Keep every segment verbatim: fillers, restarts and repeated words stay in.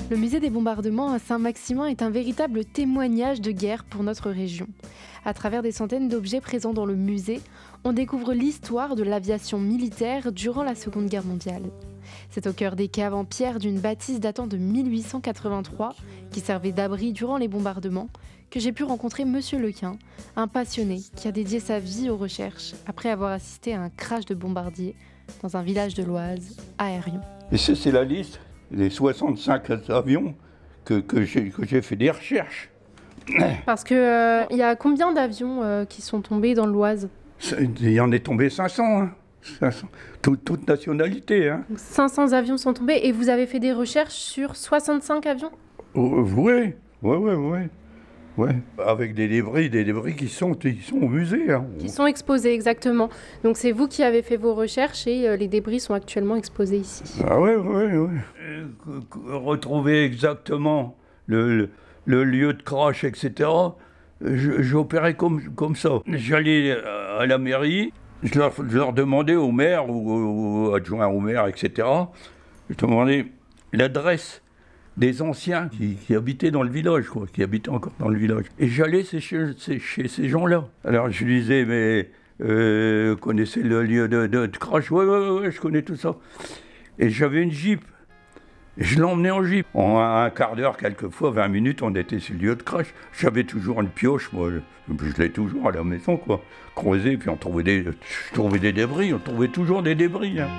Le musée des bombardements à Saint-Maximin est un véritable témoignage de guerre pour notre région. À travers des centaines d'objets présents dans le musée, on découvre l'histoire de l'aviation militaire durant la Seconde Guerre mondiale. C'est au cœur des caves en pierre d'une bâtisse datant de mille huit cent quatre-vingt-trois, qui servait d'abri durant les bombardements, que j'ai pu rencontrer Monsieur Lequin, un passionné qui a dédié sa vie aux recherches après avoir assisté à un crash de bombardier dans un village de l'Oise, à Airion. Et ça, c'est la liste des soixante-cinq avions que, que, j'ai, que j'ai fait des recherches. Parce qu'il euh, y a combien d'avions euh, qui sont tombés dans l'Oise ? Il y en est tombé cinq cents, hein. cinq cents. Tout, toute nationalité. Hein. cinq cents avions sont tombés et vous avez fait des recherches sur soixante-cinq avions ? Oui, oui, oui, oui. Ouais, avec des débris, des débris qui sont, qui sont au musée. Hein. Qui sont exposés, exactement. Donc c'est vous qui avez fait vos recherches et euh, les débris sont actuellement exposés ici. Ah ouais, ouais, ouais. Euh, retrouver exactement le, le, le lieu de crash, et cetera, je, j'opérais comme, comme ça. J'allais à la mairie, je leur, je leur demandais au maire ou au adjoint au maire, et cetera, je demandais l'adresse des anciens qui, qui habitaient dans le village, quoi, qui habitaient encore dans le village. Et j'allais chez, chez, chez ces gens-là. Alors je lui disais, mais euh, vous connaissez le lieu de, de, de crash ? Ouais, ouais, ouais, je connais tout ça. Et j'avais une Jeep. Et je l'emmenais en Jeep. En un, un quart d'heure, quelquefois, vingt minutes, on était sur le lieu de crash. J'avais toujours une pioche, moi. Je, je l'ai toujours à la maison, quoi. Creusé, puis on trouvait des, je trouvais des débris. On trouvait toujours des débris, hein.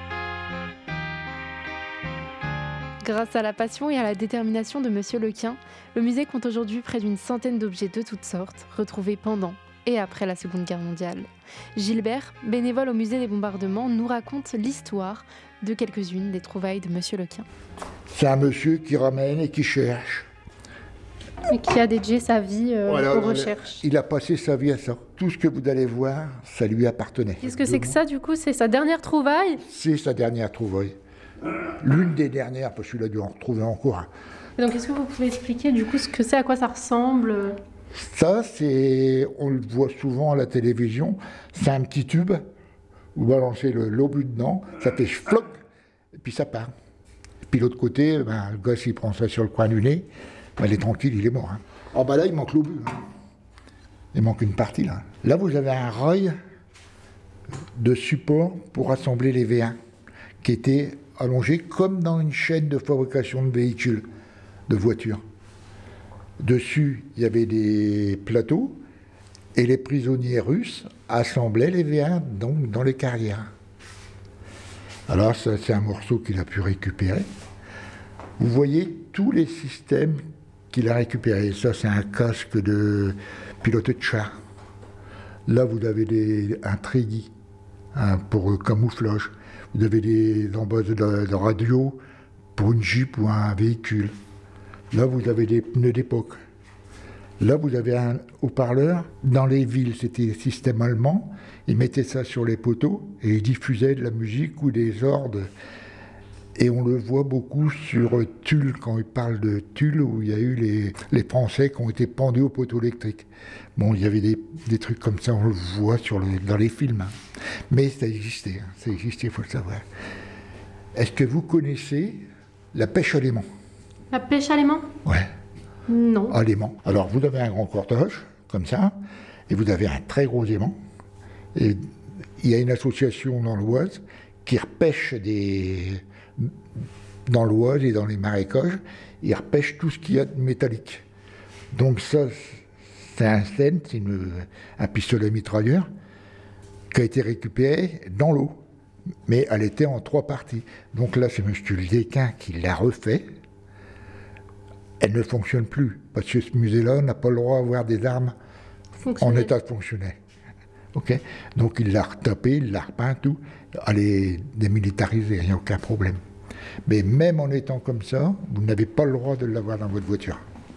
Grâce à la passion et à la détermination de Monsieur Lequin, le musée compte aujourd'hui près d'une centaine d'objets de toutes sortes, retrouvés pendant et après la Seconde Guerre mondiale. Gilbert, bénévole au musée des bombardements, nous raconte l'histoire de quelques-unes des trouvailles de Monsieur Lequin. C'est un monsieur qui ramène et qui cherche. Et qui a dédié sa vie euh, voilà, aux recherches. Il a passé sa vie à ça. Tout ce que vous allez voir, ça lui appartenait. Qu'est-ce que c'est que ça, du coup ? C'est sa dernière trouvaille ? C'est sa dernière trouvaille. L'une des dernières, parce qu'il a dû en retrouver encore. Donc, est-ce que vous pouvez expliquer du coup ce que c'est, à quoi ça ressemble ? Ça, c'est, on le voit souvent à la télévision, c'est un petit tube, vous balancez le, l'obus dedans, ça fait floc, et puis ça part. Et puis l'autre côté, ben, le gosse il prend ça sur le coin du nez, ben, il est tranquille, il est mort. Hein. Oh ben là, il manque l'obus. Hein. Il manque une partie là. Là, vous avez un rail de support pour assembler les V un, qui était allongé comme dans une chaîne de fabrication de véhicules, de voitures. Dessus, il y avait des plateaux et les prisonniers russes assemblaient les V un donc, dans les carrières. Alors ça, c'est un morceau qu'il a pu récupérer. Vous voyez tous les systèmes qu'il a récupérés. Ça, c'est un casque de pilote de char. Là, vous avez des, un treillis hein, pour le camouflage. Vous avez des embases de, de radio pour une Jeep ou un véhicule. Là, vous avez des pneus d'époque. Là, vous avez un haut-parleur. Dans les villes, c'était le système allemand. Ils mettaient ça sur les poteaux et ils diffusaient de la musique ou des ordres. Et on le voit beaucoup sur Tulle, quand ils parlent de Tulle, où il y a eu les, les Français qui ont été pendus au poteau électrique. Bon, il y avait des, des trucs comme ça, on le voit sur le, dans les films. Hein. Mais ça existait, hein. Ça existait, il faut le savoir. Est-ce que vous connaissez la pêche à l'aimant ? La pêche à l'aimant ? Ouais. Non. À l'aimant. Alors, vous avez un grand cortage, comme ça, et vous avez un très gros aimant. Et il y a une association dans l'Oise qui repêche des... dans l'Oise et dans les marécages, ils repêchent tout ce qu'il y a de métallique. Donc ça, c'est un Sten, c'est une, un pistolet mitrailleur qui a été récupéré dans l'eau. Mais elle était en trois parties. Donc là, c'est M. Lequin qui l'a refait. Elle ne fonctionne plus, parce que ce musée-là n'a pas le droit d'avoir des armes en état de fonctionner. Okay. Donc il l'a retapé, il l'a repeint, tout. Elle est démilitarisée, il n'y a aucun problème. Mais même en étant comme ça, vous n'avez pas le droit de l'avoir dans votre voiture.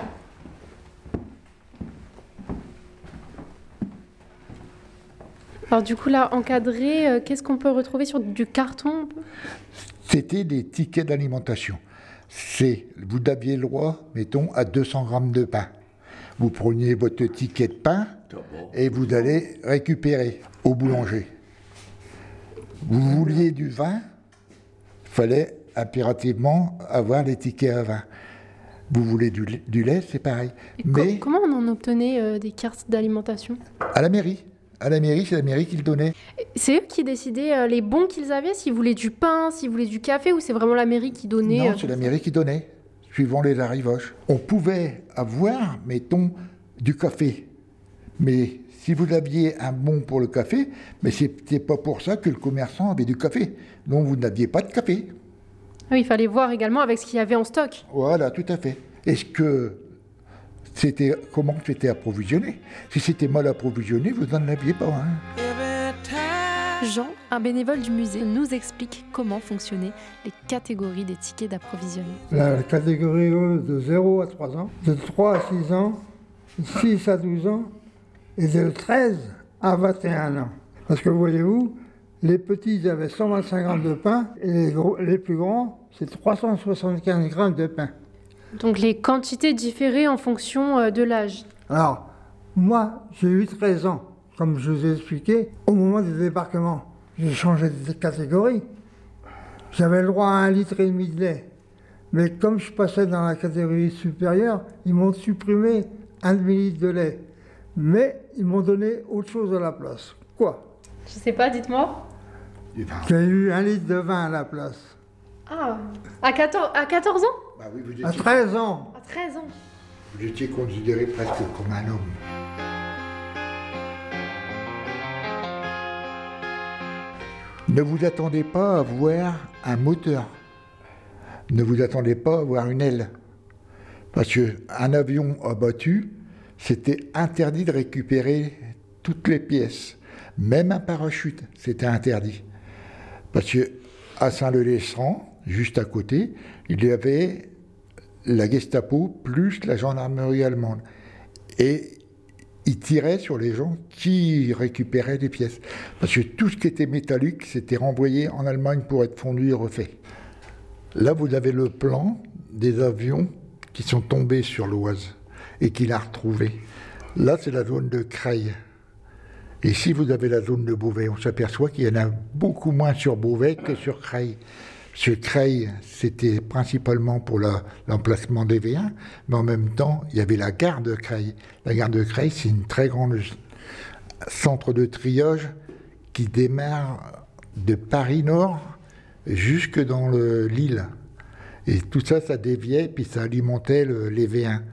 Alors du coup là, encadré, euh, qu'est-ce qu'on peut retrouver sur du carton ? C'était des tickets d'alimentation. C'est, vous aviez le droit, mettons, à deux cents grammes de pain. Vous preniez votre ticket de pain et vous allez récupérer au boulanger. Vous vouliez du vin, il fallait impérativement avoir les tickets à vin. Vous voulez du, lait- du lait, c'est pareil. Et co- Mais comment on en obtenait euh, des cartes d'alimentation? à la mairie. À la mairie, c'est la mairie qui le donnait. C'est eux qui décidaient euh, les bons qu'ils avaient, s'ils voulaient du pain, s'ils voulaient du café, ou c'est vraiment la mairie qui donnait Non, euh, c'est la mairie qui donnait, suivant les arrivages. On pouvait avoir, mettons, du café. Mais si vous aviez un bon pour le café, mais c'était pas pour ça que le commerçant avait du café. Donc vous n'aviez pas de café. Ah oui, il fallait voir également avec ce qu'il y avait en stock. Voilà, tout à fait. Est-ce que c'était comment c'était approvisionné? Si c'était mal approvisionné, vous n'en aviez pas. Hein. Jean, un bénévole du musée, nous explique comment fonctionnaient les catégories des tickets d'approvisionnement. La catégorie E de zéro à trois ans, de trois à six ans, de six à douze ans et de treize à vingt et un ans. Parce que voyez-vous, les petits ils avaient cent vingt-cinq grammes de pain et les, gros- les plus grands, c'est trois cent soixante-quinze grammes de pain. Donc les quantités différaient en fonction euh, de l'âge. Alors, moi, j'ai eu treize ans, comme je vous ai expliqué, au moment du débarquement. J'ai changé de catégorie. J'avais le droit à un litre et demi de lait. Mais comme je passais dans la catégorie supérieure, ils m'ont supprimé un demi-litre de lait. Mais ils m'ont donné autre chose à la place. Quoi? Je sais pas, dites-moi. Et ben, J'ai eu un litre de vin à la place. Ah, à quatorze, à quatorze ans? bah oui, vous À étiez, treize ans. À treize ans. vous étiez considéré presque comme un homme. Ne vous attendez pas à voir un moteur. Ne vous attendez pas à voir une aile. Parce qu'un avion abattu, c'était interdit de récupérer toutes les pièces. Même un parachute, c'était interdit. Parce qu'à Saint-Leu-les-Serans, juste à côté, il y avait la Gestapo plus la gendarmerie allemande. Et ils tiraient sur les gens qui récupéraient des pièces. Parce que tout ce qui était métallique, c'était renvoyé en Allemagne pour être fondu et refait. Là, vous avez le plan des avions qui sont tombés sur l'Oise et qu'il a retrouvé. Là, c'est la zone de Creil. Et si vous avez la zone de Beauvais, on s'aperçoit qu'il y en a beaucoup moins sur Beauvais que sur Creil. Sur Creil, c'était principalement pour la- l'emplacement des V un, mais en même temps, il y avait la gare de Creil. La gare de Creil, c'est une très grande centre de triage qui démarre de Paris-Nord jusque dans le- l'île. Et tout ça, ça déviait, puis ça alimentait le- les V un.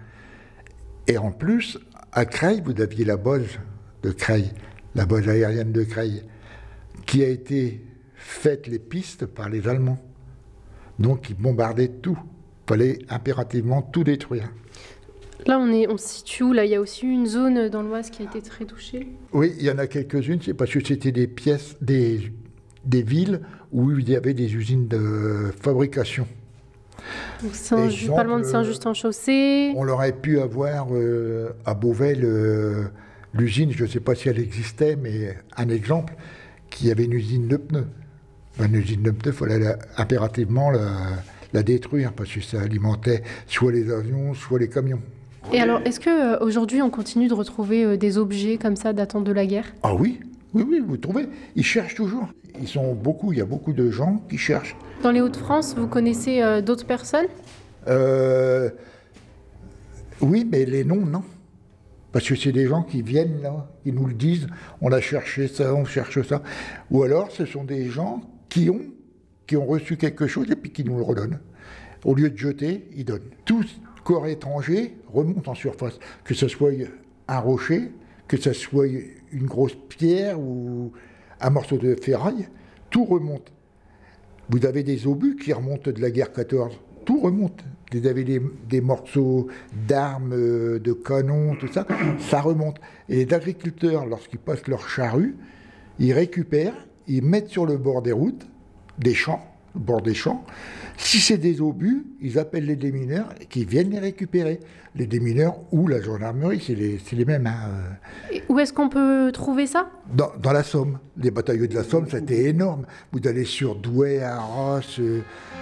Et en plus, à Creil, vous aviez la base de Creil, la base aérienne de Creil, qui a été faite les pistes par les Allemands. Donc ils bombardaient tout. Il fallait impérativement tout détruire. Là, on, est, on se situe où? Là, il y a aussi une zone dans l'Oise qui a été très touchée. Oui, il y en a quelques-unes, c'est parce que c'était des pièces, des, des villes où il y avait des usines de fabrication. Donc, Saint- Exemple, pas loin de Saint-Just-en-Chaussée. On aurait pu avoir euh, à Beauvais le- l'usine, je ne sais pas si elle existait, mais un exemple, qui avait une usine de pneus. Une usine de pneus, il fallait la- impérativement la, la détruire parce que ça alimentait soit les avions, soit les camions. Et alors, est-ce qu'aujourd'hui, on continue de retrouver euh, des objets comme ça datant de la guerre? Ah oui, oui, oui, vous trouvez. Ils cherchent toujours. Ils sont beaucoup, il y a beaucoup de gens qui cherchent. Dans les Hauts-de-France, vous connaissez euh, d'autres personnes? Euh, oui, mais les noms, non. Parce que c'est des gens qui viennent là, qui nous le disent, on a cherché ça, on cherche ça. Ou alors, ce sont des gens qui ont, qui ont reçu quelque chose et puis qui nous le redonnent. Au lieu de jeter, ils donnent. Tout corps étranger remonte en surface. Que ce soit un rocher, que ce soit une grosse pierre ou un morceau de ferraille, tout remonte. Vous avez des obus qui remontent de la guerre quatorze. Tout remonte. Vous avez des, des morceaux d'armes, euh, de canons, tout ça. Ça remonte. Et les agriculteurs, lorsqu'ils passent leur charrue, ils récupèrent, ils mettent sur le bord des routes, des champs, le bord des champs. Si c'est des obus, ils appellent les démineurs qui viennent les récupérer. Les démineurs ou la gendarmerie, c'est les, c'est les mêmes. Hein. Et où est-ce qu'on peut trouver ça? Dans, dans la Somme, les bataillons de la Somme, c'était énorme. Vous allez sur Douai, Arras. Euh...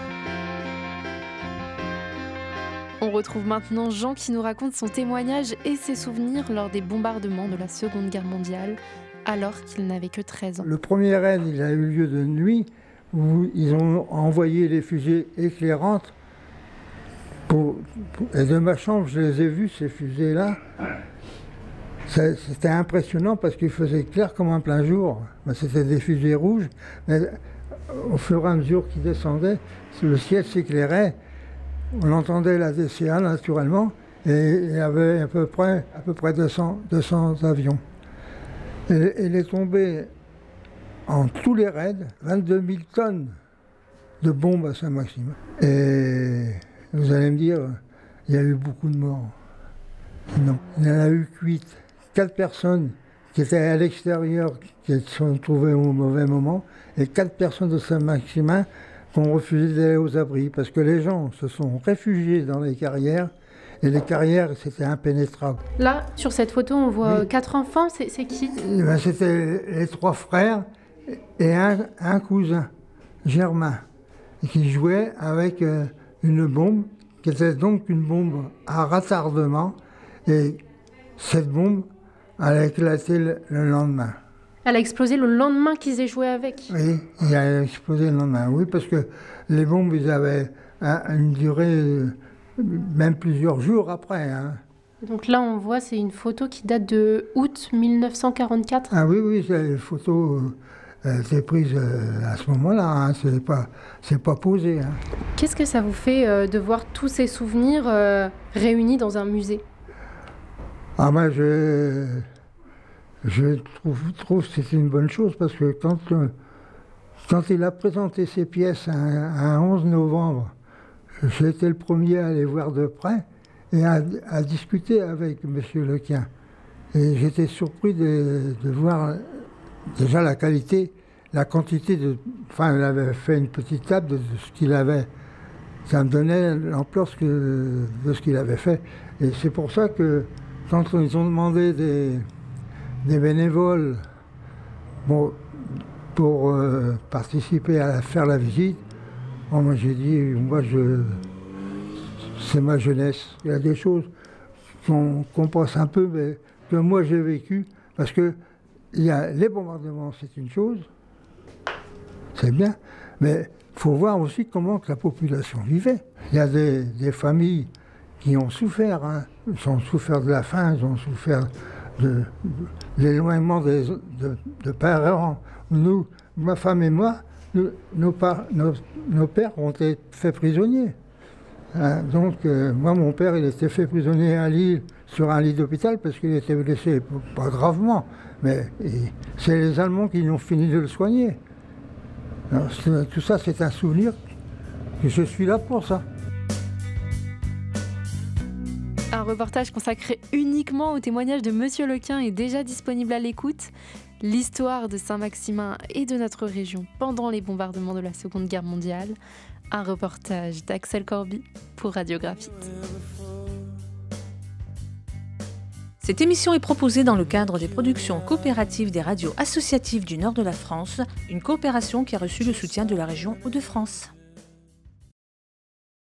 On retrouve maintenant Jean qui nous raconte son témoignage et ses souvenirs lors des bombardements de la Seconde Guerre mondiale, alors qu'il n'avait que treize ans. Le premier raid, il a eu lieu de nuit. où ils ont envoyé les fusées éclairantes. Pour, pour, et de ma chambre, je les ai vus, ces fusées-là. Ça, c'était impressionnant parce qu'ils faisaient clair comme un plein jour. Ben, c'était des fusées rouges. Mais au fur et à mesure qu'ils descendaient, le ciel s'éclairait. On entendait la D C A naturellement. Et il y avait à peu près, à peu près deux cents, deux cents avions. Et il est tombé en tous les raids vingt-deux mille tonnes de bombes à Saint-Maximin. Et vous allez me dire, il y a eu beaucoup de morts. Non, il y en a eu huit. Quatre personnes qui étaient à l'extérieur, qui se sont trouvées au mauvais moment, et quatre personnes de Saint-Maximin qui ont refusé d'aller aux abris, parce que les gens se sont réfugiés dans les carrières, et les carrières, c'était impénétrable. Là, sur cette photo, on voit oui. quatre enfants, c'est, c'est qui? Et ben, c'était les trois frères et un, un cousin, Germain, qui jouait avec euh, une bombe, qui était donc une bombe à retardement, et cette bombe, elle a éclaté le, le lendemain. Elle a explosé le lendemain qu'ils aient joué avec? Oui, elle a explosé le lendemain, oui, parce que les bombes, ils avaient un, une durée, euh, même plusieurs jours après. Hein. Donc là, on voit, c'est une photo qui date de août mille neuf cent quarante-quatre. Ah oui, oui, c'est une photo euh, c'est prise euh, à ce moment-là, hein, c'est pas, c'est pas posé. Hein. Qu'est-ce que ça vous fait euh, de voir tous ces souvenirs euh, réunis dans un musée? Ah ben, je, je trouve, trouve que c'est une bonne chose, parce que quand, euh, quand il a présenté ses pièces un onze novembre, j'ai été le premier à les voir de près et à, à discuter avec M. Lequien. Et j'étais surpris de, de voir déjà la qualité, la quantité de... Enfin, il avait fait une petite table de, de ce qu'il avait. Ça me donnait l'ampleur de ce qu'il avait fait. Et c'est pour ça que quand ils ont demandé des, des bénévoles bon, pour euh, participer à faire la visite, bon, moi j'ai dit, moi je... c'est ma jeunesse. Il y a des choses qu'on, qu'on pense un peu, mais que moi j'ai vécu, parce que il y a les bombardements, c'est une chose, c'est bien, mais il faut voir aussi comment que la population vivait. Il y a des, des familles qui ont souffert, hein. Ils ont souffert de la faim, ils ont souffert de, de, de l'éloignement des, de, de parents. Nous, ma femme et moi, nous, nos, par, nos, nos pères ont été faits prisonniers. Hein, donc, euh, moi, mon père, il était fait prisonnier à Lille, sur un lit d'hôpital, parce qu'il était blessé, pas gravement, mais et, c'est les Allemands qui ont fini de le soigner. Alors, tout ça, c'est un souvenir que je suis là pour ça. Un reportage consacré uniquement au témoignage de Monsieur Lequien est déjà disponible à l'écoute. L'histoire de Saint-Maximin et de notre région pendant les bombardements de la Seconde Guerre mondiale. Un reportage d'Axel Corby pour Radiographite. Cette émission est proposée dans le cadre des productions coopératives des radios associatives du nord de la France, une coopération qui a reçu le soutien de la région Hauts-de-France.